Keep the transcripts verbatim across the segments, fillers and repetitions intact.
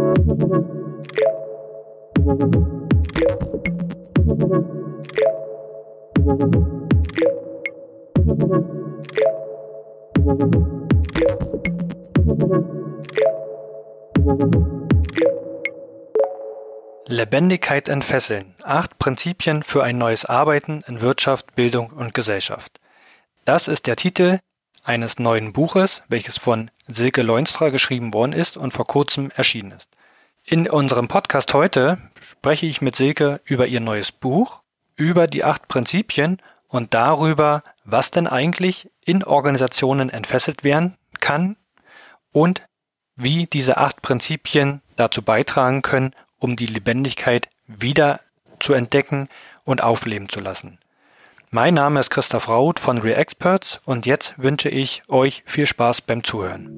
Lebendigkeit entfesseln. Acht Prinzipien für ein neues Arbeiten in Wirtschaft, Bildung und Gesellschaft. Das ist der Titel eines neuen Buches, welches von Silke Leunstra geschrieben worden ist und vor kurzem erschienen ist. In unserem Podcast heute spreche ich mit Silke über ihr neues Buch, über die acht Prinzipien und darüber, was denn eigentlich in Organisationen entfesselt werden kann und wie diese acht Prinzipien dazu beitragen können, um die Lebendigkeit wieder zu entdecken und aufleben zu lassen. Mein Name ist Christoph Rauth von Real Experts und jetzt wünsche ich euch viel Spaß beim Zuhören.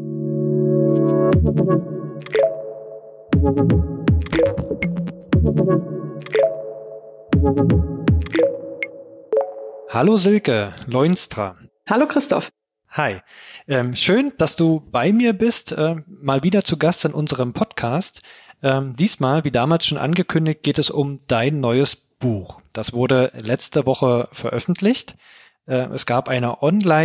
Hallo Silke Leunstra. Hallo Christoph. Hi, ähm, schön, dass du bei mir bist, äh, mal wieder zu Gast in unserem Podcast. Ähm, diesmal, wie damals schon angekündigt, geht es um dein neues Buch. Das wurde letzte Woche veröffentlicht. Äh, es gab eine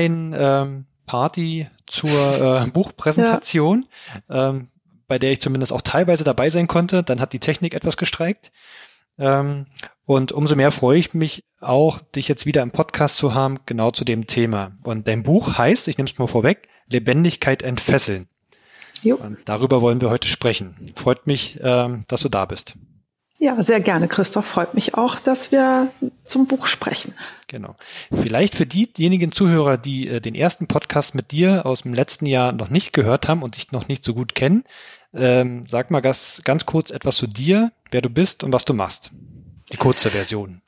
Online-Party ähm, zur äh, Buchpräsentation, ja. ähm, bei der ich zumindest auch teilweise dabei sein konnte. Dann hat die Technik etwas gestreikt. Ähm, und umso mehr freue ich mich auch, dich jetzt wieder im Podcast zu haben, genau zu dem Thema. Und dein Buch heißt, ich nehme es mal vorweg, Lebendigkeit entfesseln. Jo. Und darüber wollen wir heute sprechen. Freut mich, ähm, dass du da bist. Ja, sehr gerne, Christoph. Freut mich auch, dass wir zum Buch sprechen. Genau. Vielleicht für diejenigen Zuhörer, die äh, den ersten Podcast mit dir aus dem letzten Jahr noch nicht gehört haben und dich noch nicht so gut kennen, ähm, sag mal ganz, ganz kurz etwas zu dir, wer du bist und was du machst. Die kurze Version.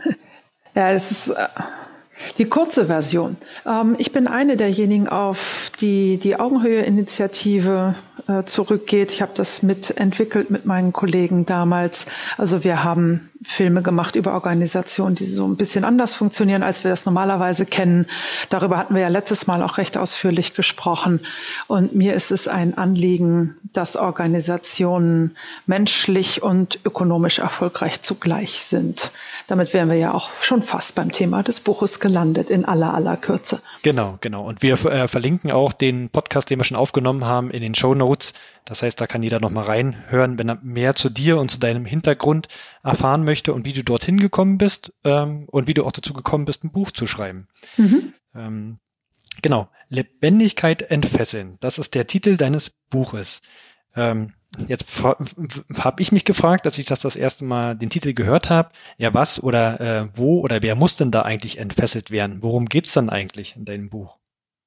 Ja, es ist äh, die kurze Version. Ähm, ich bin eine derjenigen, auf die die Augenhöhe-Initiative äh, zurückgeht. Ich habe das mitentwickelt mit meinen Kollegen damals. Also wir haben Filme gemacht über Organisationen, die so ein bisschen anders funktionieren, als wir das normalerweise kennen. Darüber hatten wir ja letztes Mal auch recht ausführlich gesprochen. Und mir ist es ein Anliegen, dass Organisationen menschlich und ökonomisch erfolgreich zugleich sind. Damit wären wir ja auch schon fast beim Thema des Buches gelandet, in aller, aller Kürze. Genau, genau. Und wir äh, verlinken auch den Podcast, den wir schon aufgenommen haben, in den Shownotes. Das heißt, da kann jeder noch mal reinhören, wenn er mehr zu dir und zu deinem Hintergrund erfahren möchte und wie du dorthin gekommen bist ähm, und wie du auch dazu gekommen bist, ein Buch zu schreiben. Mhm. Ähm, genau, Lebendigkeit entfesseln. Das ist der Titel deines Buches. Ähm, jetzt habe ich mich gefragt, als ich das das erste Mal den Titel gehört habe, ja was oder äh, wo oder wer muss denn da eigentlich entfesselt werden? Worum geht's dann eigentlich in deinem Buch?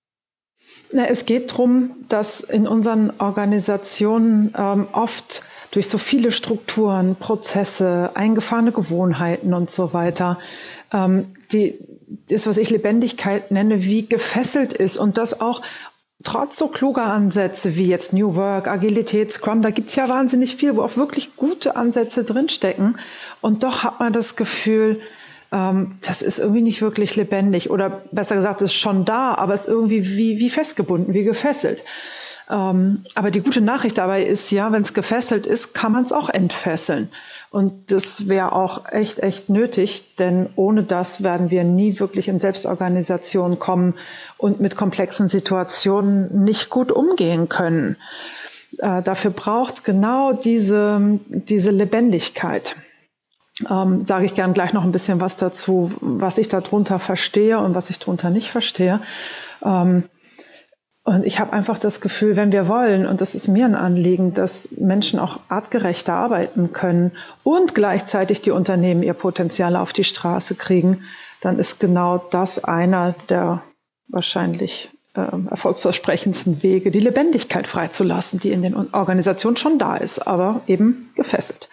Na, es geht darum, dass in unseren Organisationen ähm, oft durch so viele Strukturen, Prozesse, eingefahrene Gewohnheiten und so weiter, ähm, die, das, was ich Lebendigkeit nenne, wie gefesselt ist und das auch trotz so kluger Ansätze wie jetzt New Work, Agilität, Scrum, da gibt's ja wahnsinnig viel, wo auch wirklich gute Ansätze drinstecken und doch hat man das Gefühl, das ist irgendwie nicht wirklich lebendig oder besser gesagt, es ist schon da, aber es ist irgendwie wie, wie festgebunden, wie gefesselt. Aber die gute Nachricht dabei ist ja, wenn es gefesselt ist, kann man es auch entfesseln. Und das wäre auch echt, echt nötig, denn ohne das werden wir nie wirklich in Selbstorganisation kommen und mit komplexen Situationen nicht gut umgehen können. Dafür braucht es genau diese, diese Lebendigkeit. Ähm, sage ich gern gleich noch ein bisschen was dazu, was ich darunter verstehe und was ich darunter nicht verstehe. Ähm, und ich habe einfach das Gefühl, wenn wir wollen, und das ist mir ein Anliegen, dass Menschen auch artgerechter arbeiten können und gleichzeitig die Unternehmen ihr Potenzial auf die Straße kriegen, dann ist genau das einer der wahrscheinlich äh, erfolgsversprechendsten Wege, die Lebendigkeit freizulassen, die in den Organisationen schon da ist, aber eben gefesselt.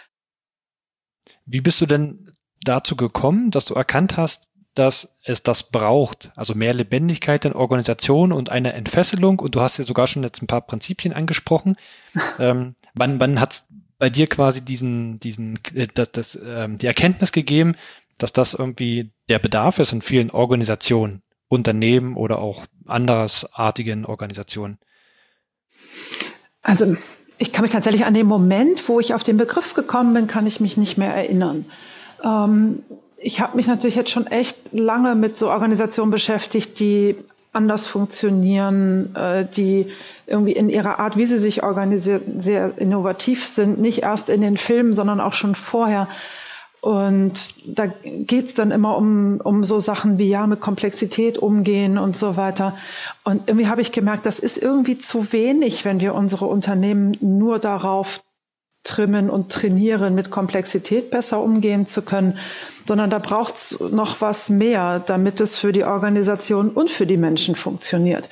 Wie bist du denn dazu gekommen, dass du erkannt hast, dass es das braucht? Also mehr Lebendigkeit in Organisationen und eine Entfesselung. Und du hast ja sogar schon jetzt ein paar Prinzipien angesprochen. ähm, wann wann hat es bei dir quasi diesen, diesen, äh, das, das, ähm, die Erkenntnis gegeben, dass das irgendwie der Bedarf ist in vielen Organisationen, Unternehmen oder auch andersartigen Organisationen? Also Ich kann mich tatsächlich an den Moment, wo ich auf den Begriff gekommen bin, kann ich mich nicht mehr erinnern. Ähm, ich habe mich natürlich jetzt schon echt lange mit so Organisationen beschäftigt, die anders funktionieren, äh, die irgendwie in ihrer Art, wie sie sich organisieren, sehr innovativ sind. Nicht erst in den Filmen, sondern auch schon vorher. Und da geht's dann immer um, um so Sachen wie, ja, mit Komplexität umgehen und so weiter. Und irgendwie habe ich gemerkt, das ist irgendwie zu wenig, wenn wir unsere Unternehmen nur darauf trimmen und trainieren, mit Komplexität besser umgehen zu können, sondern da braucht's noch was mehr, damit es für die Organisation und für die Menschen funktioniert.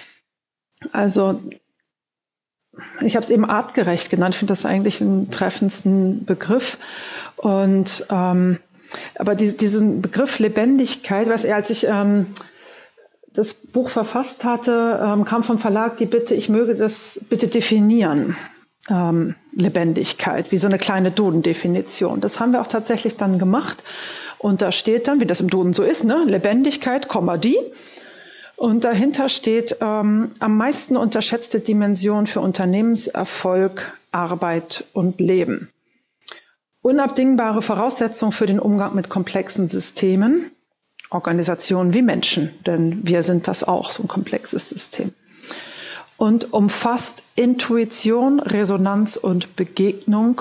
Also ich habe es eben artgerecht genannt, ich finde das eigentlich einen treffendsten Begriff. Und ähm, aber die, diesen Begriff Lebendigkeit, was er, als ich ähm, das Buch verfasst hatte, ähm, kam vom Verlag die Bitte, ich möge das bitte definieren. Ähm, Lebendigkeit, wie so eine kleine Duden-Definition. Das haben wir auch tatsächlich dann gemacht. Und da steht dann, wie das im Duden so ist, ne, Lebendigkeit, Komma, die. Und dahinter steht ähm, am meisten unterschätzte Dimension für Unternehmenserfolg, Arbeit und Leben. Unabdingbare Voraussetzung für den Umgang mit komplexen Systemen, Organisationen wie Menschen, denn wir sind das auch, so ein komplexes System. Und umfasst Intuition, Resonanz und Begegnung,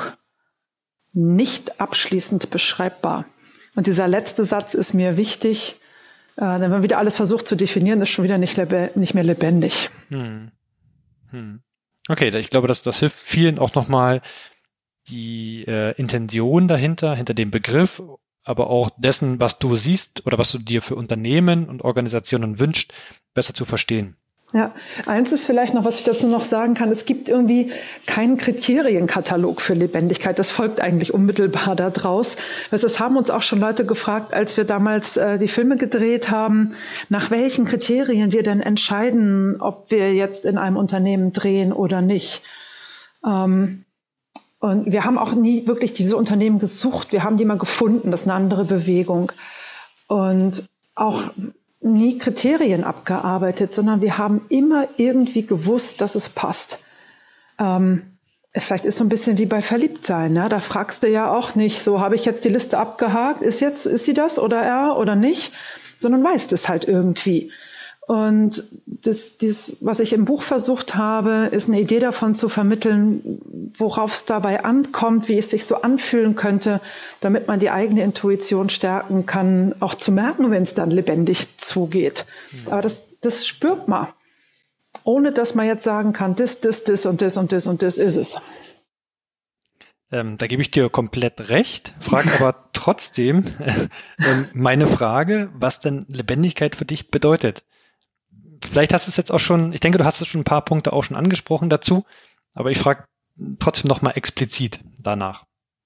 nicht abschließend beschreibbar. Und dieser letzte Satz ist mir wichtig, äh, denn wenn man wieder alles versucht zu definieren, ist schon wieder nicht, lebe- nicht mehr lebendig. Hm. Hm. Okay, ich glaube, das, das hilft vielen auch nochmal, die äh, Intention dahinter, hinter dem Begriff, aber auch dessen, was du siehst oder was du dir für Unternehmen und Organisationen wünschst, besser zu verstehen. Ja, eins ist vielleicht noch, was ich dazu noch sagen kann, es gibt irgendwie keinen Kriterienkatalog für Lebendigkeit. Das folgt eigentlich unmittelbar daraus. Das haben uns auch schon Leute gefragt, als wir damals äh, die Filme gedreht haben, nach welchen Kriterien wir denn entscheiden, ob wir jetzt in einem Unternehmen drehen oder nicht. Ähm, Und wir haben auch nie wirklich diese Unternehmen gesucht. Wir haben die mal gefunden. Das ist eine andere Bewegung. Und auch nie Kriterien abgearbeitet, sondern wir haben immer irgendwie gewusst, dass es passt. Ähm, vielleicht ist so ein bisschen wie bei Verliebtsein. Ne? Da fragst du ja auch nicht, so habe ich jetzt die Liste abgehakt, ist jetzt, ist sie das oder er oder nicht, sondern weißt es halt irgendwie. Und das, dieses, was ich im Buch versucht habe, ist eine Idee davon zu vermitteln, worauf es dabei ankommt, wie es sich so anfühlen könnte, damit man die eigene Intuition stärken kann, auch zu merken, wenn es dann lebendig zugeht. Mhm. Aber das, das spürt man, ohne dass man jetzt sagen kann, das, das, das und das und das und das ist es. Ähm, da gebe ich dir komplett recht, frage aber trotzdem äh, meine Frage, was denn Lebendigkeit für dich bedeutet. Vielleicht hast du es jetzt auch schon, ich denke, du hast es schon ein paar Punkte auch schon angesprochen dazu, aber ich frage trotzdem nochmal explizit danach.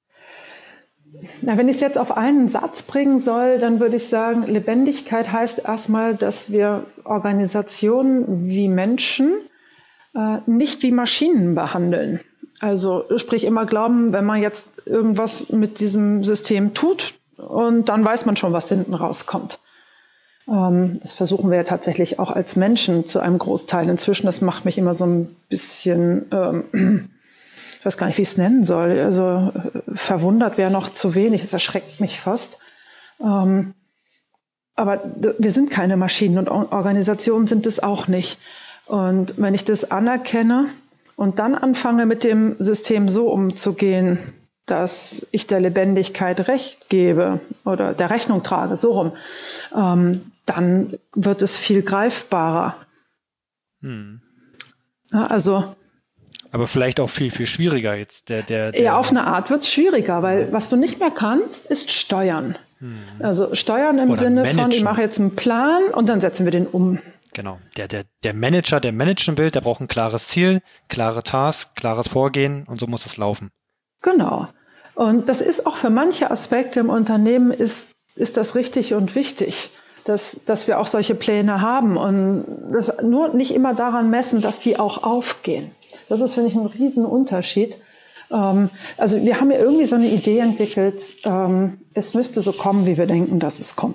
Na, wenn ich es jetzt auf einen Satz bringen soll, dann würde ich sagen, Lebendigkeit heißt erstmal, dass wir Organisationen wie Menschen äh, nicht wie Maschinen behandeln. Also sprich immer glauben, wenn man jetzt irgendwas mit diesem System tut und dann weiß man schon, was hinten rauskommt. Das versuchen wir ja tatsächlich auch als Menschen zu einem Großteil inzwischen. Das macht mich immer so ein bisschen, ähm, ich weiß gar nicht, wie ich es nennen soll. Also verwundert wäre noch zu wenig, das erschreckt mich fast. Ähm, aber wir sind keine Maschinen und Organisationen sind es auch nicht. Und wenn ich das anerkenne und dann anfange, mit dem System so umzugehen, dass ich der Lebendigkeit Recht gebe oder der Rechnung trage, so rum, ähm, dann wird es viel greifbarer. Hm. Ja, also, aber vielleicht auch viel, viel schwieriger jetzt. Der, der, der ja, auf eine Art wird es schwieriger, weil was du nicht mehr kannst, ist steuern. Hm. Also steuern im Oder Sinne managen. von, ich mache jetzt einen Plan und dann setzen wir den um. Genau. Der, der, der Manager, der managen will, der braucht ein klares Ziel, klare Tasks, klares Vorgehen und so muss es laufen. Genau. Und das ist auch für manche Aspekte im Unternehmen ist, ist das richtig und wichtig, dass, dass wir auch solche Pläne haben und das nur nicht immer daran messen, dass die auch aufgehen. Das ist, finde ich, ein Riesenunterschied. Ähm, also wir haben ja irgendwie so eine Idee entwickelt, ähm, es müsste so kommen, wie wir denken, dass es kommt.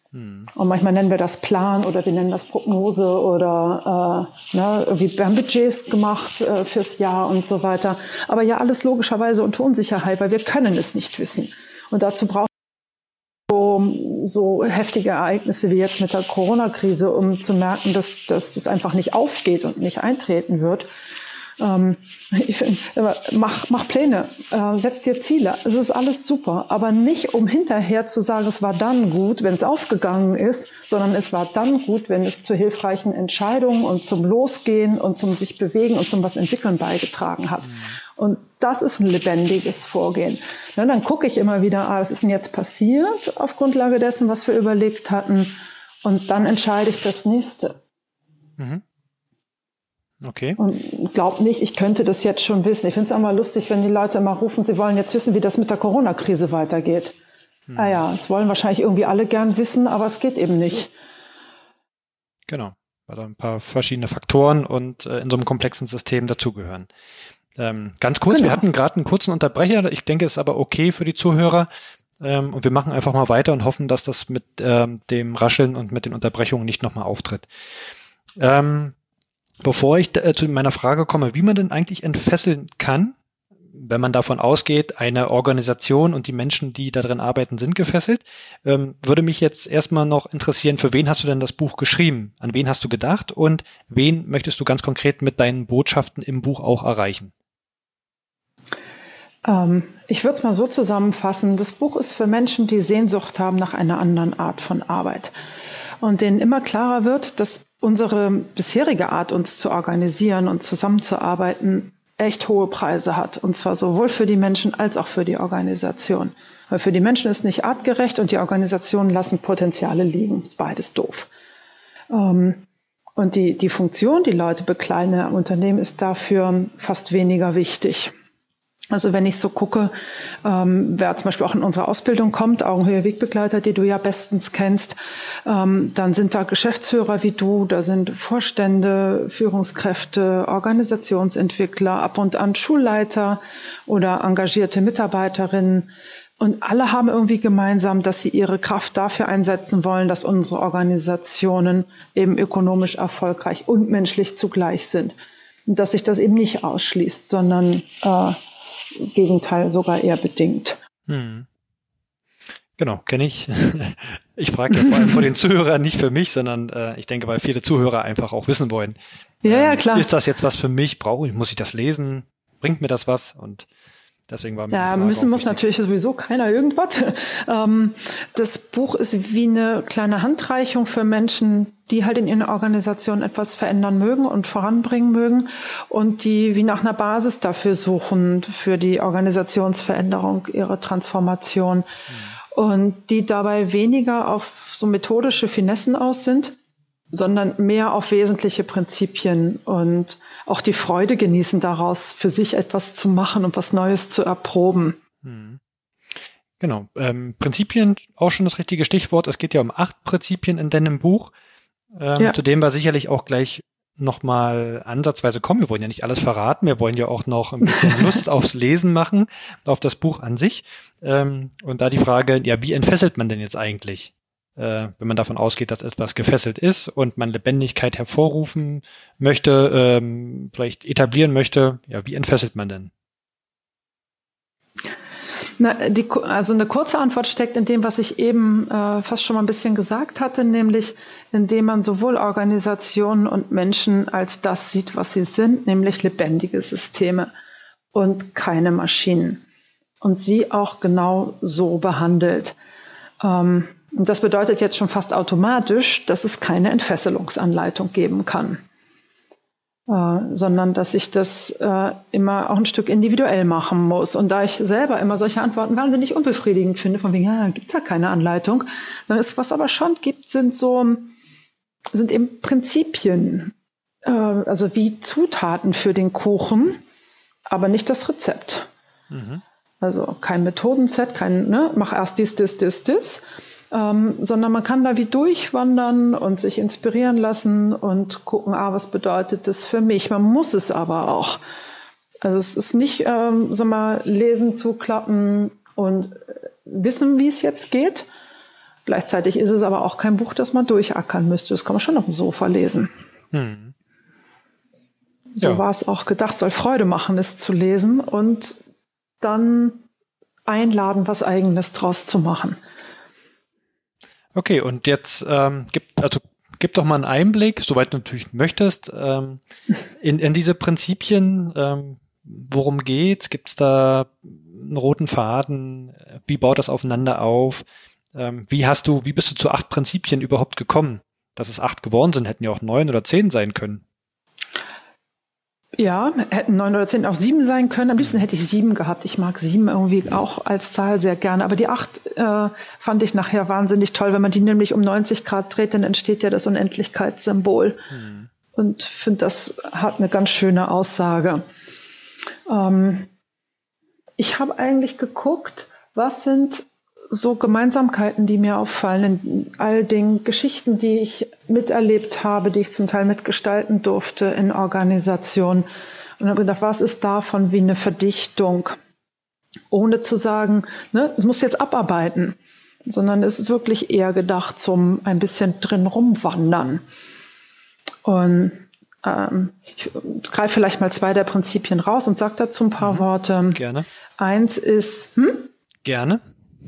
Hm. Und manchmal nennen wir das Plan oder wir nennen das Prognose oder äh, ne, wir haben Budgets gemacht äh, fürs Jahr und so weiter. Aber ja, alles logischerweise unter Unsicherheit, weil wir können es nicht wissen. Und dazu brauchen wir so, so heftige Ereignisse wie jetzt mit der Corona-Krise, um zu merken, dass, dass das einfach nicht aufgeht und nicht eintreten wird. Ähm, ich find, mach, mach Pläne, äh, setz dir Ziele. Es ist alles super, aber nicht um hinterher zu sagen, es war dann gut, wenn es aufgegangen ist, sondern es war dann gut, wenn es zu hilfreichen Entscheidungen und zum Losgehen und zum sich bewegen und zum was entwickeln beigetragen hat. Mhm. Und das ist ein lebendiges Vorgehen. Ja, dann gucke ich immer wieder, ah, was ist denn jetzt passiert auf Grundlage dessen, was wir überlegt hatten, und dann entscheide ich das Nächste. Mhm. Okay. Und glaub nicht, ich könnte das jetzt schon wissen. Ich finde es immer lustig, wenn die Leute immer rufen, sie wollen jetzt wissen, wie das mit der Corona-Krise weitergeht. Hm. Ah ja, es wollen wahrscheinlich irgendwie alle gern wissen, aber es geht eben nicht. Genau, weil da ein paar verschiedene Faktoren und äh, in so einem komplexen System dazugehören. Ähm, ganz kurz, genau. Wir hatten gerade einen kurzen Unterbrecher. Ich denke, es ist aber okay für die Zuhörer. Ähm, und wir machen einfach mal weiter und hoffen, dass das mit ähm, dem Rascheln und mit den Unterbrechungen nicht nochmal auftritt. Ähm, Bevor ich äh, zu meiner Frage komme, wie man denn eigentlich entfesseln kann, wenn man davon ausgeht, eine Organisation und die Menschen, die da drin arbeiten, sind gefesselt, ähm, würde mich jetzt erstmal noch interessieren, für wen hast du denn das Buch geschrieben? An wen hast du gedacht und wen möchtest du ganz konkret mit deinen Botschaften im Buch auch erreichen? Ähm, ich würde es mal so zusammenfassen. Das Buch ist für Menschen, die Sehnsucht haben nach einer anderen Art von Arbeit und denen immer klarer wird, dass unsere bisherige Art, uns zu organisieren und zusammenzuarbeiten, echt hohe Preise hat. Und zwar sowohl für die Menschen als auch für die Organisation. Weil für die Menschen ist nicht artgerecht und die Organisationen lassen Potenziale liegen. Ist beides doof. Und die, die Funktion, die Leute bekleiden im Unternehmen, ist dafür fast weniger wichtig. Also wenn ich so gucke, ähm, wer zum Beispiel auch in unsere Ausbildung kommt, Augenhöhe Wegbegleiter, die du ja bestens kennst, ähm, dann sind da Geschäftsführer wie du, da sind Vorstände, Führungskräfte, Organisationsentwickler, ab und an Schulleiter oder engagierte Mitarbeiterinnen. Und alle haben irgendwie gemeinsam, dass sie ihre Kraft dafür einsetzen wollen, dass unsere Organisationen eben ökonomisch erfolgreich und menschlich zugleich sind. Und dass sich das eben nicht ausschließt, sondern äh, Gegenteil sogar eher bedingt. Hm. Genau, kenne ich. Ich frage ja vor allem vor den Zuhörern, nicht für mich, sondern äh, ich denke, weil viele Zuhörer einfach auch wissen wollen. Ja, ähm, ja, klar. Ist das jetzt was für mich? Brauche ich, muss ich das lesen? Bringt mir das was? Und deswegen war mir ja, die Frage müssen muss wichtig. natürlich sowieso keiner irgendwas. Ähm, das Buch ist wie eine kleine Handreichung für Menschen, die halt in ihren Organisationen etwas verändern mögen und voranbringen mögen und die wie nach einer Basis dafür suchen, für die Organisationsveränderung, ihre Transformation. Mhm. Und die dabei weniger auf so methodische Finessen aus sind, sondern mehr auf wesentliche Prinzipien und auch die Freude genießen daraus, für sich etwas zu machen und was Neues zu erproben. Hm. Genau. Ähm, Prinzipien, auch schon das richtige Stichwort. Es geht ja um acht Prinzipien in deinem Buch, ähm, ja. zu dem wir sicherlich auch gleich nochmal ansatzweise kommen. Wir wollen ja nicht alles verraten. Wir wollen ja auch noch ein bisschen Lust aufs Lesen machen, auf das Buch an sich. Ähm, und da die Frage, ja, wie entfesselt man denn jetzt eigentlich? Wenn man davon ausgeht, dass etwas gefesselt ist und man Lebendigkeit hervorrufen möchte, ähm, vielleicht etablieren möchte, ja, wie entfesselt man denn? Na, die, also eine kurze Antwort steckt in dem, was ich eben äh, fast schon mal ein bisschen gesagt hatte, nämlich indem man sowohl Organisationen und Menschen als das sieht, was sie sind, nämlich lebendige Systeme und keine Maschinen. Und sie auch genau so behandelt. Ähm, Und das bedeutet jetzt schon fast automatisch, dass es keine Entfesselungsanleitung geben kann, äh, sondern dass ich das äh, immer auch ein Stück individuell machen muss. Und da ich selber immer solche Antworten wahnsinnig unbefriedigend finde, von wegen, ja, gibt's ja keine Anleitung, dann ist, was aber schon gibt, sind so, sind eben Prinzipien, äh, also wie Zutaten für den Kuchen, aber nicht das Rezept. Mhm. Also kein Methodenset, kein, ne, mach erst dies, dies, dies, dies. Ähm, sondern man kann da wie durchwandern und sich inspirieren lassen und gucken, ah, was bedeutet das für mich? Man muss es aber auch. Also es ist nicht, ähm, sag mal, lesen, zuklappen und wissen, wie es jetzt geht. Gleichzeitig ist es aber auch kein Buch, das man durchackern müsste. Das kann man schon auf dem Sofa lesen. Hm. So ja. War es auch gedacht, soll Freude machen, es zu lesen und dann einladen, was Eigenes draus zu machen. Okay, und jetzt ähm, gibt also gib doch mal einen Einblick, soweit du natürlich möchtest, ähm, in, in diese Prinzipien. Ähm, worum geht's? Gibt's da einen roten Faden? Wie baut das aufeinander auf? Ähm, wie hast du, wie bist du zu acht Prinzipien überhaupt gekommen? Dass es acht geworden sind, hätten ja auch neun oder zehn sein können. Ja, hätten neun oder zehn auch sieben sein können. Am liebsten hätte ich sieben gehabt. Ich mag sieben irgendwie auch als Zahl sehr gerne. Aber die acht äh, fand ich nachher wahnsinnig toll. Wenn man die nämlich um neunzig Grad dreht, dann entsteht ja das Unendlichkeitssymbol. Hm. Und finde, das hat eine ganz schöne Aussage. Ähm, ich habe eigentlich geguckt, was sind so Gemeinsamkeiten, die mir auffallen in all den Geschichten, die ich miterlebt habe, die ich zum Teil mitgestalten durfte in Organisationen. Und habe gedacht, was ist davon wie eine Verdichtung? Ohne zu sagen, ne, es muss jetzt abarbeiten, sondern es ist wirklich eher gedacht zum ein bisschen drin rumwandern. Und ähm, ich greife vielleicht mal zwei der Prinzipien raus und sage dazu ein paar mhm. Worte. Gerne. Eins ist... Hm? Gerne.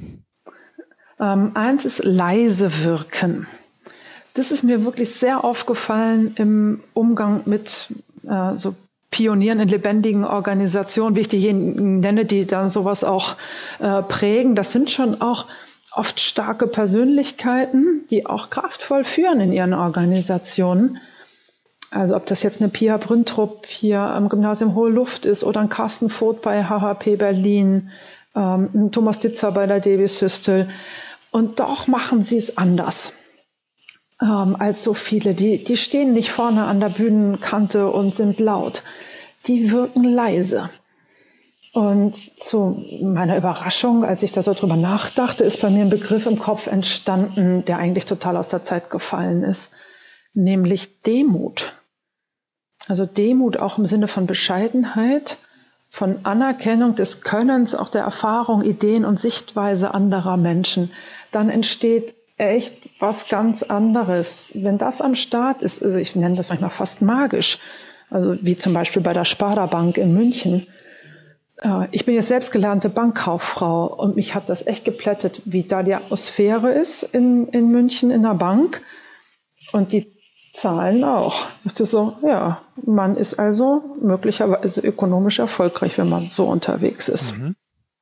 Ähm, eins ist leise wirken. Das ist mir wirklich sehr aufgefallen im Umgang mit äh, so Pionieren in lebendigen Organisationen, wie ich diejenigen nenne, die dann sowas auch äh, prägen. Das sind schon auch oft starke Persönlichkeiten, die auch kraftvoll führen in ihren Organisationen. Also ob das jetzt eine Pia Brüntrup hier am Gymnasium Hohe Luft ist oder ein Carsten Voth bei H H P Berlin, ähm, ein Thomas Ditzer bei der Davis Hüstel. Und doch machen sie es anders ähm, als so viele. Die, die stehen nicht vorne an der Bühnenkante und sind laut. Die wirken leise. Und zu meiner Überraschung, als ich da so drüber nachdachte, ist bei mir ein Begriff im Kopf entstanden, der eigentlich total aus der Zeit gefallen ist, nämlich Demut. Also Demut auch im Sinne von Bescheidenheit, von Anerkennung des Könnens, auch der Erfahrung, Ideen und Sichtweise anderer Menschen. Dann entsteht echt was ganz anderes. Wenn das am Start ist, also ich nenne das manchmal fast magisch, also wie zum Beispiel bei der Sparda Bank in München. Ich bin jetzt selbst gelernte Bankkauffrau und mich hat das echt geplättet, wie da die Atmosphäre ist in, in München in der Bank und die Zahlen auch. Ich dachte so, ja, man ist also möglicherweise ökonomisch erfolgreich, wenn man so unterwegs ist. Mhm.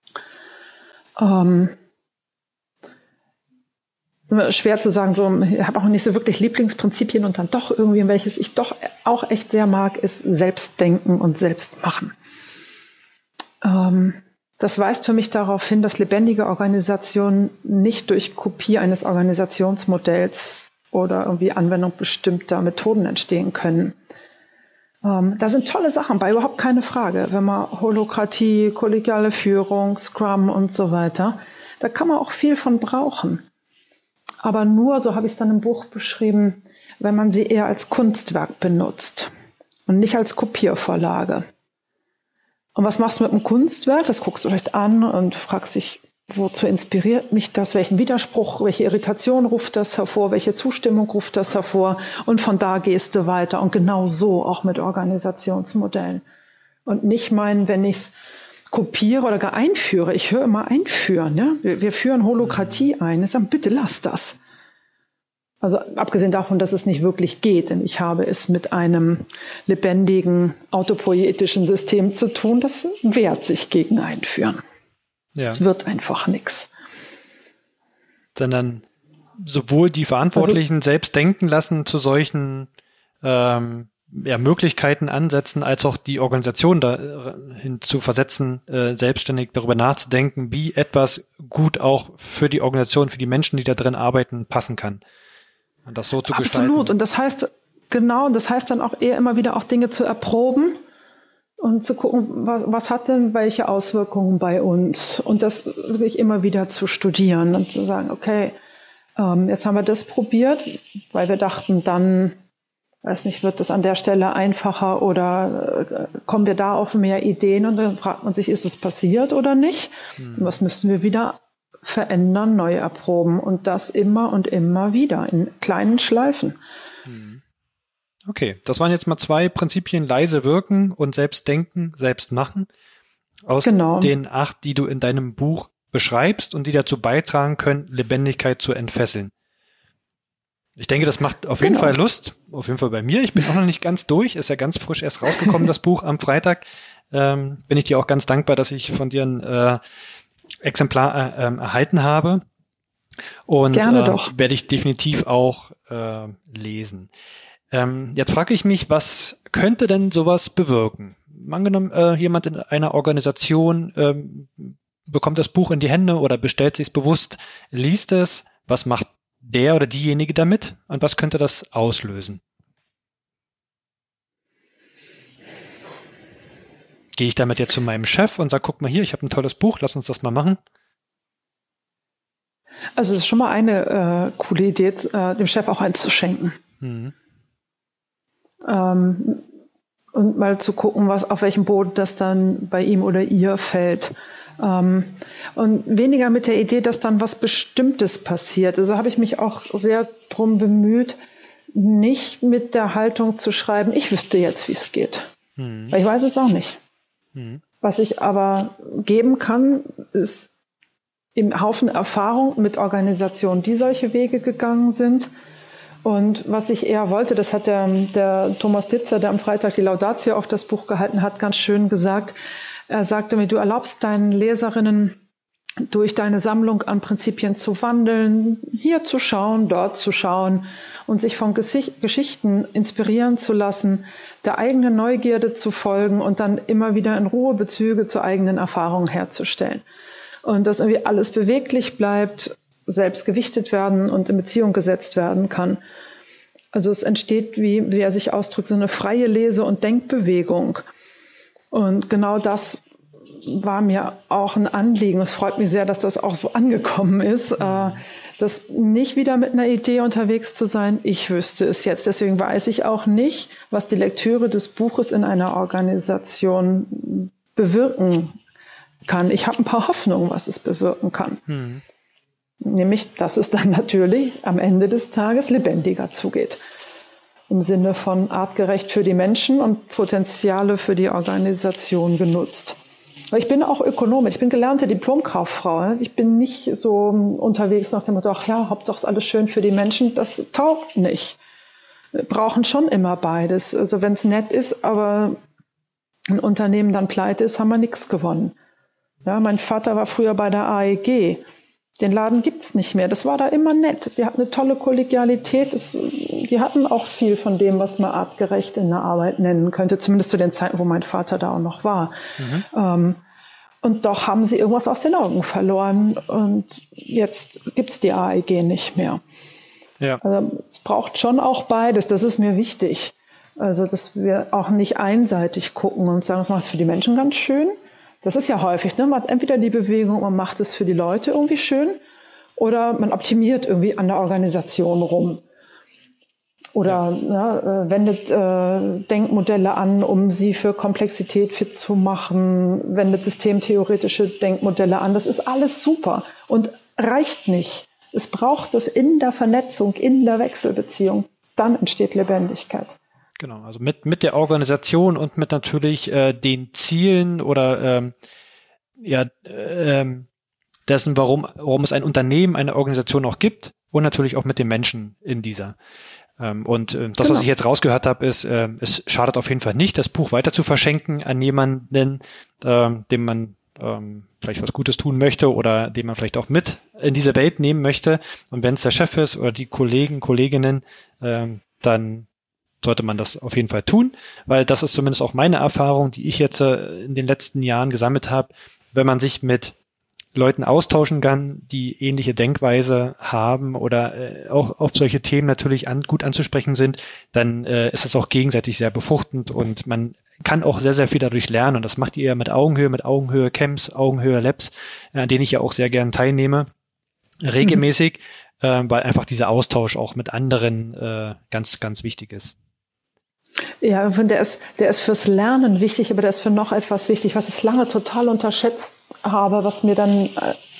Ähm, schwer zu sagen, so, ich habe auch nicht so wirklich Lieblingsprinzipien und dann doch irgendwie, welches ich doch auch echt sehr mag, ist Selbstdenken und Selbstmachen. Ähm, das weist für mich darauf hin, dass lebendige Organisationen nicht durch Kopie eines Organisationsmodells oder irgendwie Anwendung bestimmter Methoden entstehen können. Ähm, da sind tolle Sachen bei, überhaupt keine Frage. Wenn man Holokratie, kollegiale Führung, Scrum und so weiter, da kann man auch viel von brauchen. Aber nur, so habe ich es dann im Buch beschrieben, wenn man sie eher als Kunstwerk benutzt und nicht als Kopiervorlage. Und was machst du mit einem Kunstwerk? Das guckst du vielleicht an und fragst dich, wozu inspiriert mich das? Welchen Widerspruch, welche Irritation ruft das hervor? Welche Zustimmung ruft das hervor? Und von da gehst du weiter. Und genau so auch mit Organisationsmodellen. Und nicht meinen, wenn ich es kopiere oder gar einführe. Ich höre immer einführen. Ja? Wir, wir führen Holokratie ein. Ich sage, bitte lass das. Also abgesehen davon, dass es nicht wirklich geht. Denn ich habe es mit einem lebendigen, autopoietischen System zu tun. Das wehrt sich gegen Einführen. Ja. Es wird einfach nichts. Sondern sowohl die Verantwortlichen also, selbst denken lassen zu solchen ähm, ja, Möglichkeiten ansetzen, als auch die Organisation dahin zu versetzen, äh, selbstständig darüber nachzudenken, wie etwas gut auch für die Organisation, für die Menschen, die da drin arbeiten, passen kann. Und das so zu absolut. gestalten. Absolut. Und das heißt, genau, und das heißt dann auch eher immer wieder auch Dinge zu erproben und zu gucken, was, was hat denn welche Auswirkungen bei uns? Und das wirklich immer wieder zu studieren und zu sagen, okay, ähm, jetzt haben wir das probiert, weil wir dachten, dann, weiß nicht, wird das an der Stelle einfacher oder äh, kommen wir da auf mehr Ideen? Und dann fragt man sich, ist es passiert oder nicht? Hm. Und was müssen wir wieder verändern, neu erproben und das immer und immer wieder in kleinen Schleifen. Okay, das waren jetzt mal zwei Prinzipien: leise wirken und selbst denken, selbst machen. Aus genau. den acht, die du in deinem Buch beschreibst und die dazu beitragen können, Lebendigkeit zu entfesseln. Ich denke, das macht auf jeden genau. Fall Lust. Auf jeden Fall bei mir. Ich bin auch noch nicht ganz durch. Ist ja ganz frisch erst rausgekommen, das Buch am Freitag. Ähm, bin ich dir auch ganz dankbar, dass ich von dir ein äh, Exemplar äh, ähm, erhalten habe. Und Gerne äh, doch. werde ich definitiv auch äh, lesen. Ähm, jetzt frage ich mich, was könnte denn sowas bewirken? Angenommen, äh, jemand in einer Organisation ähm, bekommt das Buch in die Hände oder bestellt sich es bewusst, liest es. Was macht der oder diejenige damit und was könnte das auslösen? Gehe ich damit jetzt zu meinem Chef und sage, guck mal hier, ich habe ein tolles Buch, lass uns das mal machen? Also es ist schon mal eine äh, coole Idee, äh, dem Chef auch eins zu schenken. Mhm. Ähm, und mal zu gucken, was auf welchem Boden das dann bei ihm oder ihr fällt. Ähm, und weniger mit der Idee, dass dann was Bestimmtes passiert. Also habe ich mich auch sehr drum bemüht, nicht mit der Haltung zu schreiben, ich wüsste jetzt, wie es geht. Mhm. Weil ich weiß es auch nicht. Mhm. Was ich aber geben kann, ist im Haufen Erfahrung mit Organisationen, die solche Wege gegangen sind. Und was ich eher wollte, das hat der, der Thomas Ditzer, der am Freitag die Laudatio auf das Buch gehalten hat, ganz schön gesagt. Er sagte mir, du erlaubst deinen Leserinnen, durch deine Sammlung an Prinzipien zu wandeln, hier zu schauen, dort zu schauen und sich von Gesicht, Geschichten inspirieren zu lassen, der eigenen Neugierde zu folgen und dann immer wieder in Ruhe Bezüge zur eigenen Erfahrung herzustellen. Und dass irgendwie alles beweglich bleibt, selbst gewichtet werden und in Beziehung gesetzt werden kann. Also es entsteht, wie, wie er sich ausdrückt, so eine freie Lese- und Denkbewegung. Und genau das war mir auch ein Anliegen. Es freut mich sehr, dass das auch so angekommen ist, äh, das nicht wieder mit einer Idee unterwegs zu sein, ich wüsste es jetzt. Deswegen weiß ich auch nicht, was die Lektüre des Buches in einer Organisation bewirken kann. Ich habe ein paar Hoffnungen, was es bewirken kann. Hm. Nämlich, dass es dann natürlich am Ende des Tages lebendiger zugeht. Im Sinne von artgerecht für die Menschen und Potenziale für die Organisation genutzt. Ich bin auch Ökonomin, ich bin gelernte Diplomkauffrau. Ich bin nicht so unterwegs nach dem Motto, ach ja, Hauptsache ist alles schön für die Menschen. Das taugt nicht. Wir brauchen schon immer beides. Also wenn es nett ist, aber ein Unternehmen dann pleite ist, haben wir nichts gewonnen. Ja, mein Vater war früher bei der A E G. Den Laden gibt's nicht mehr. Das war da immer nett. Die hatten eine tolle Kollegialität. Das, die hatten auch viel von dem, was man artgerecht in der Arbeit nennen könnte. Zumindest zu den Zeiten, wo mein Vater da auch noch war. Mhm. Ähm, und doch haben sie irgendwas aus den Augen verloren. Und jetzt gibt's die A E G nicht mehr. Ja. Also, es braucht schon auch beides. Das ist mir wichtig. Also, dass wir auch nicht einseitig gucken und sagen, das macht es für die Menschen ganz schön. Das ist ja häufig, ne? Man hat entweder die Bewegung, man macht es für die Leute irgendwie schön oder man optimiert irgendwie an der Organisation rum. Oder ja. Ja, wendet äh, Denkmodelle an, um sie für Komplexität fit zu machen, wendet systemtheoretische Denkmodelle an. Das ist alles super und reicht nicht. Es braucht das in der Vernetzung, in der Wechselbeziehung. Dann entsteht Lebendigkeit. Genau, also mit mit der Organisation und mit natürlich äh, den Zielen oder ähm, ja ähm, dessen, warum warum es ein Unternehmen, eine Organisation auch gibt und natürlich auch mit den Menschen in dieser. Ähm, und äh, das, genau. Was ich jetzt rausgehört habe, ist, äh, es schadet auf jeden Fall nicht, das Buch weiter zu verschenken an jemanden, äh, dem man ähm, vielleicht was Gutes tun möchte oder den man vielleicht auch mit in diese Welt nehmen möchte. Und wenn es der Chef ist oder die Kollegen, Kolleginnen, äh, dann sollte man das auf jeden Fall tun, weil das ist zumindest auch meine Erfahrung, die ich jetzt äh, in den letzten Jahren gesammelt habe. Wenn man sich mit Leuten austauschen kann, die ähnliche Denkweise haben oder äh, auch auf solche Themen natürlich an, gut anzusprechen sind, dann äh, ist es auch gegenseitig sehr befruchtend und man kann auch sehr, sehr viel dadurch lernen. Und das macht ihr mit Augenhöhe, mit Augenhöhe Camps, Augenhöhe Labs, an denen ich ja auch sehr gern teilnehme, regelmäßig, mhm. äh, weil einfach dieser Austausch auch mit anderen äh, ganz, ganz wichtig ist. Ja, der ist, der ist fürs Lernen wichtig, aber der ist für noch etwas wichtig, was ich lange total unterschätzt habe, was mir dann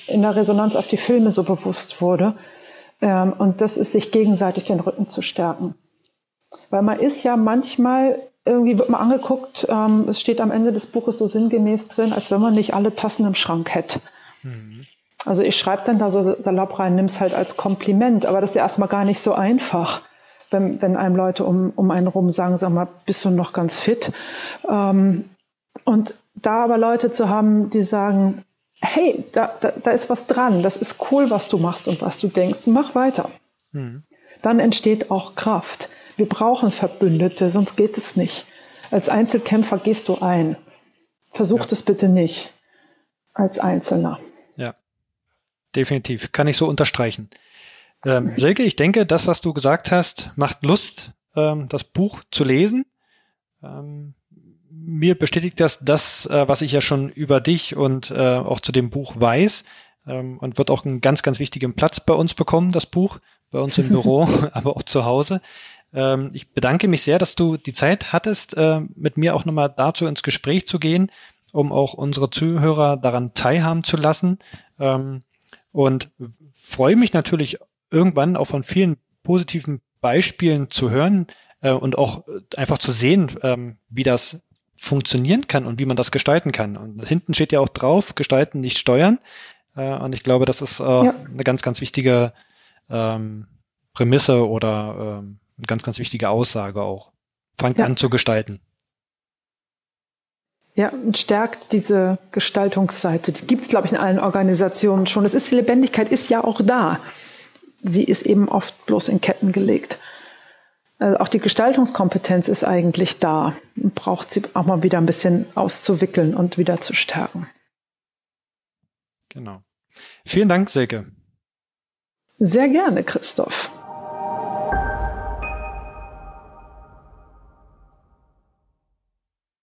in der Resonanz auf die Filme so bewusst wurde. Ähm, und das ist, sich gegenseitig den Rücken zu stärken. Weil man ist ja manchmal, irgendwie wird man angeguckt, ähm, es steht am Ende des Buches so sinngemäß drin, als wenn man nicht alle Tassen im Schrank hätte. Mhm. Also ich schreibe dann da so salopp rein, nimm's halt als Kompliment, aber das ist ja erstmal gar nicht so einfach, wenn, wenn einem Leute um, um einen rum sagen, sag mal, bist du noch ganz fit? Ähm, und da aber Leute zu haben, die sagen, hey, da, da, da ist was dran, das ist cool, was du machst und was du denkst, mach weiter. Mhm. Dann entsteht auch Kraft. Wir brauchen Verbündete, sonst geht es nicht. Als Einzelkämpfer gehst du ein. Versuch das bitte nicht als Einzelner. Ja. Definitiv, kann ich so unterstreichen. Ähm, Silke, ich denke, das, was du gesagt hast, macht Lust, ähm, das Buch zu lesen. Ähm, mir bestätigt das, das, äh, was ich ja schon über dich und äh, auch zu dem Buch weiß, ähm, und wird auch einen ganz, ganz wichtigen Platz bei uns bekommen, das Buch, bei uns im Büro, aber auch zu Hause. Ähm, ich bedanke mich sehr, dass du die Zeit hattest, äh, mit mir auch nochmal dazu ins Gespräch zu gehen, um auch unsere Zuhörer daran teilhaben zu lassen. Ähm, Und freue mich natürlich irgendwann auch von vielen positiven Beispielen zu hören äh, und auch einfach zu sehen, ähm, wie das funktionieren kann und wie man das gestalten kann. Und hinten steht ja auch drauf, gestalten, nicht steuern. Äh, und ich glaube, das ist äh, ja. eine ganz, ganz wichtige ähm, Prämisse oder ähm, eine ganz, ganz wichtige Aussage auch. Fangt ja. an zu gestalten. Ja, und stärkt diese Gestaltungsseite. Die gibt es, glaube ich, in allen Organisationen schon. Das ist, die Lebendigkeit ist ja auch da. Sie ist eben oft bloß in Ketten gelegt. Also auch die Gestaltungskompetenz ist eigentlich da. Man braucht sie auch mal wieder ein bisschen auszuwickeln und wieder zu stärken. Genau. Vielen Dank, Silke. Sehr gerne, Christoph.